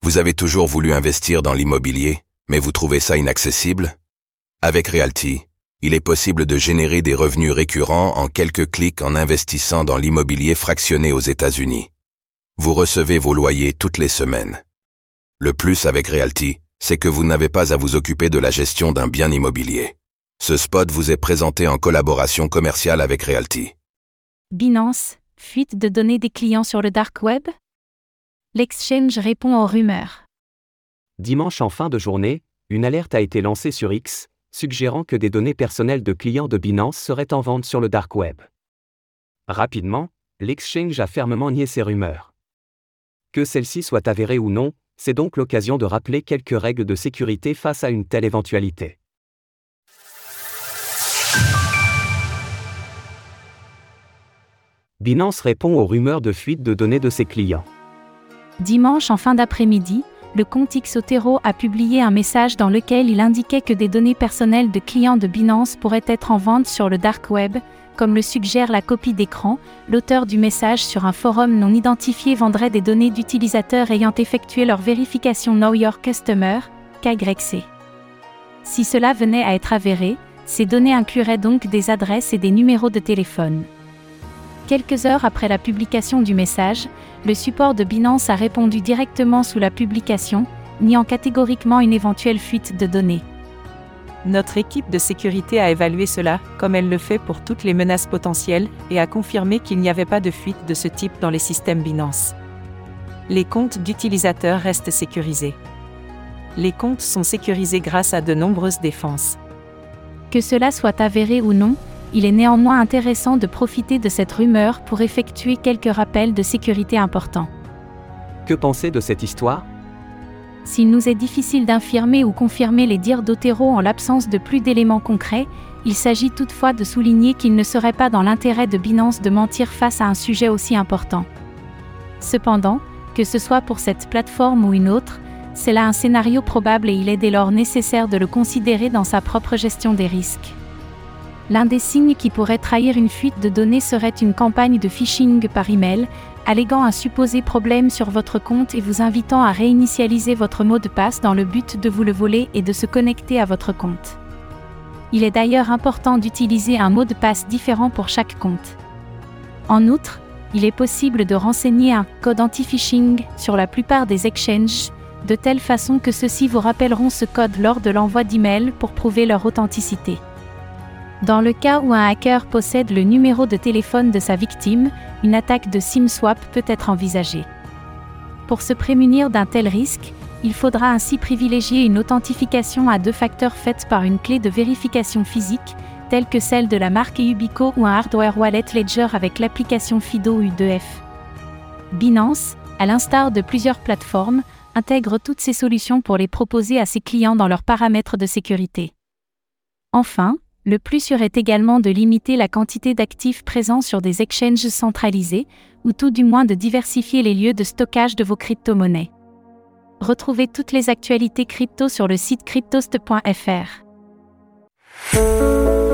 Vous avez toujours voulu investir dans l'immobilier, mais vous trouvez ça inaccessible? Avec Realty, il est possible de générer des revenus récurrents en quelques clics en investissant dans l'immobilier fractionné aux États-Unis. Vous recevez vos loyers toutes les semaines. Le plus avec Realty, c'est que vous n'avez pas à vous occuper de la gestion d'un bien immobilier. Ce spot vous est présenté en collaboration commerciale avec Realty. Binance, fuite de données des clients sur le dark web? L'exchange répond aux rumeurs. Dimanche en fin de journée, une alerte a été lancée sur X, suggérant que des données personnelles de clients de Binance seraient en vente sur le dark web. Rapidement, l'exchange a fermement nié ces rumeurs. Que celles-ci soient avérées ou non, c'est donc l'occasion de rappeler quelques règles de sécurité face à une telle éventualité. Binance répond aux rumeurs de fuite de données de ses clients. Dimanche en fin d'après-midi, le compte Xotero a publié un message dans lequel il indiquait que des données personnelles de clients de Binance pourraient être en vente sur le dark web, comme le suggère la copie d'écran. L'auteur du message sur un forum non identifié vendrait des données d'utilisateurs ayant effectué leur vérification Know Your Customer, KYC. Si cela venait à être avéré, ces données incluraient donc des adresses et des numéros de téléphone. Quelques heures après la publication du message, le support de Binance a répondu directement sous la publication, niant catégoriquement une éventuelle fuite de données. Notre équipe de sécurité a évalué cela, comme elle le fait pour toutes les menaces potentielles, et a confirmé qu'il n'y avait pas de fuite de ce type dans les systèmes Binance. Les comptes d'utilisateurs restent sécurisés. Les comptes sont sécurisés grâce à de nombreuses défenses. Que cela soit avéré ou non, il est néanmoins intéressant de profiter de cette rumeur pour effectuer quelques rappels de sécurité importants. Que penser de cette histoire? S'il nous est difficile d'infirmer ou confirmer les dires d'Otero en l'absence de plus d'éléments concrets, il s'agit toutefois de souligner qu'il ne serait pas dans l'intérêt de Binance de mentir face à un sujet aussi important. Cependant, que ce soit pour cette plateforme ou une autre, c'est là un scénario probable et il est dès lors nécessaire de le considérer dans sa propre gestion des risques. L'un des signes qui pourrait trahir une fuite de données serait une campagne de phishing par email, alléguant un supposé problème sur votre compte et vous invitant à réinitialiser votre mot de passe dans le but de vous le voler et de se connecter à votre compte. Il est d'ailleurs important d'utiliser un mot de passe différent pour chaque compte. En outre, il est possible de renseigner un code anti-phishing sur la plupart des exchanges, de telle façon que ceux-ci vous rappelleront ce code lors de l'envoi d'email pour prouver leur authenticité. Dans le cas où un hacker possède le numéro de téléphone de sa victime, une attaque de SIM swap peut être envisagée. Pour se prémunir d'un tel risque, il faudra ainsi privilégier une authentification à 2 facteurs faite par une clé de vérification physique, telle que celle de la marque Ubico ou un hardware wallet Ledger avec l'application FIDO U2F. Binance, à l'instar de plusieurs plateformes, intègre toutes ces solutions pour les proposer à ses clients dans leurs paramètres de sécurité. Enfin, le plus sûr est également de limiter la quantité d'actifs présents sur des exchanges centralisés, ou tout du moins de diversifier les lieux de stockage de vos crypto-monnaies. Retrouvez toutes les actualités crypto sur le site cryptost.fr.